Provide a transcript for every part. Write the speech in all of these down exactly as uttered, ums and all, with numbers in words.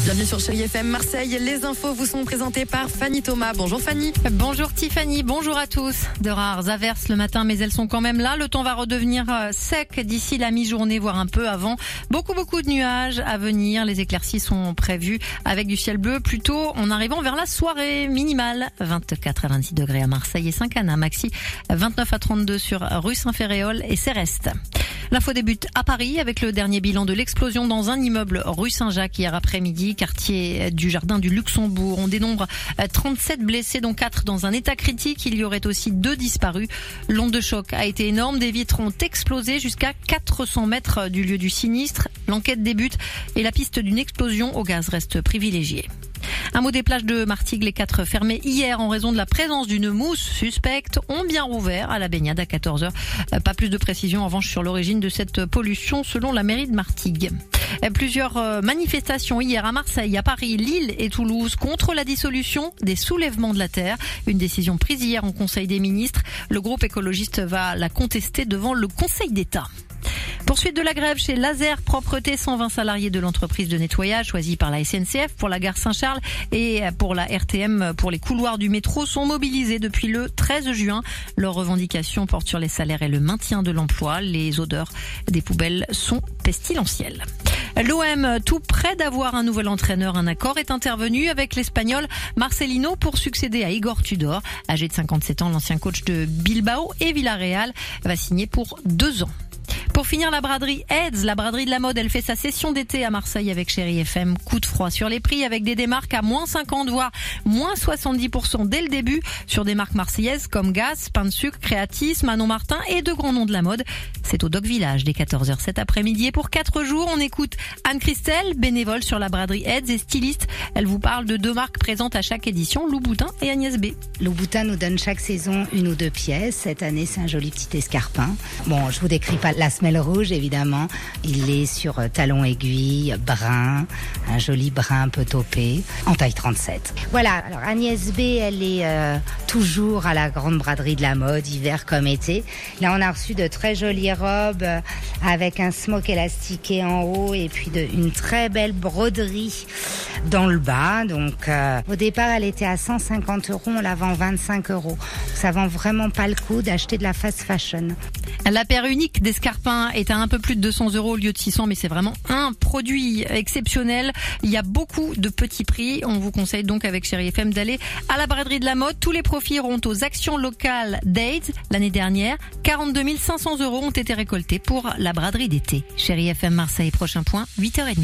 Bienvenue sur Chérie F M Marseille. Les infos vous sont présentées par Fanny Thomas. Bonjour Fanny. Bonjour Tiffany, bonjour à tous. De rares averses le matin, mais elles sont quand même là. Le temps va redevenir sec d'ici la mi-journée, voire un peu avant. Beaucoup, beaucoup de nuages à venir. Les éclaircies sont prévues avec du ciel bleu plutôt en arrivant vers la soirée minimale. vingt-quatre à vingt-six degrés à Marseille et Saint-Cana. Maxi vingt-neuf à trente-deux sur rue Saint-Féréol et Céreste. L'info débute à Paris avec le dernier bilan de l'explosion dans un immeuble rue Saint-Jacques hier après-midi, quartier du Jardin du Luxembourg. On dénombre trente-sept blessés, dont quatre dans un état critique. Il y aurait aussi deux disparus. L'onde de choc a été énorme. Des vitres ont explosé jusqu'à quatre cents mètres du lieu du sinistre. L'enquête débute et la piste d'une explosion au gaz reste privilégiée. Un mot des plages de Martigues, les quatre fermées hier en raison de la présence d'une mousse suspecte ont bien rouvert à la baignade à quatorze heures. Pas plus de précision en revanche sur l'origine de cette pollution selon la mairie de Martigues. Plusieurs manifestations hier à Marseille, à Paris, Lille et Toulouse contre la dissolution des soulèvements de la terre. Une décision prise hier en Conseil des ministres. Le groupe écologiste va la contester devant le Conseil d'État. Poursuite de la grève chez Laser Propreté, cent vingt salariés de l'entreprise de nettoyage choisie par la S N C F pour la gare Saint-Charles et pour la R T M pour les couloirs du métro sont mobilisés depuis le treize juin. Leurs revendications portent sur les salaires et le maintien de l'emploi. Les odeurs des poubelles sont pestilentielles. L'O M, tout près d'avoir un nouvel entraîneur, un accord est intervenu avec l'Espagnol Marcelino pour succéder à Igor Tudor. Âgé de cinquante-sept ans, l'ancien coach de Bilbao et Villarreal va signer pour deux ans. Pour finir, la braderie Heads, la braderie de la mode, elle fait sa session d'été à Marseille avec Chérie F M. Coup de froid sur les prix avec des démarques à moins cinquante voire moins soixante-dix pour cent dès le début sur des marques marseillaises comme Gaz, Pain de Sucre, Créatis, Manon Martin et de grands noms de la mode. C'est au Doc Village dès quatorze heures cet après-midi et pour quatre jours, on écoute Anne-Christelle, bénévole sur la braderie Heads et styliste. Elle vous parle de deux marques présentes à chaque édition, Louboutin et Agnès B. Louboutin nous donne chaque saison une ou deux pièces. Cette année, c'est un joli petit escarpin. Bon, je vous décris pas la semelle rouge, évidemment. Il est sur talon aiguille, brun, un joli brun un peu taupé, en taille trente-sept. Voilà, alors Agnès B, elle est euh, toujours à la grande braderie de la mode, hiver comme été. Là, on a reçu de très jolies robes euh, avec un smock élastiqué en haut et puis de, une très belle broderie dans le bas. Donc, euh, au départ, elle était à cent cinquante euros, on la vend vingt-cinq euros. Ça vend vraiment pas le coup d'acheter de la fast fashion. La paire unique d'escarpins est à un peu plus de deux cents euros au lieu de six cents, mais c'est vraiment un produit exceptionnel. Il y a beaucoup de petits prix. On vous conseille donc avec Chérie F M d'aller à la braderie de la mode. Tous les profits iront aux actions locales d'AIDS. L'année dernière, quarante-deux mille cinq cents euros ont été récoltés pour la braderie d'été. Chérie F M Marseille, prochain point, huit heures trente.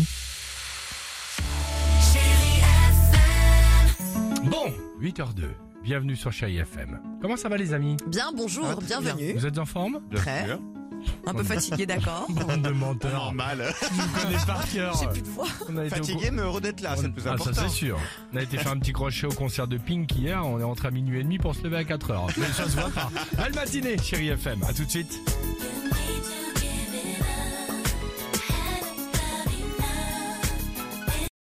Bon, huit heures deux. Bienvenue sur Chérie F M. Comment ça va les amis? Bien, bonjour, Ah, bienvenue. Vous êtes en forme? Très. Un peu fatigué, d'accord. Bande de menteurs. Normal. Je vous connais par cœur. J'ai plus de voix. On a été au Fatigué, mais heureux d'être là, c'est le plus Ah, important. ça c'est sûr. On a été faire un petit crochet au concert de Pink hier. On est rentré à minuit et demi pour se lever à quatre heures. Mais ça se voit pas. Belle matinée, Chérie F M. À tout de suite.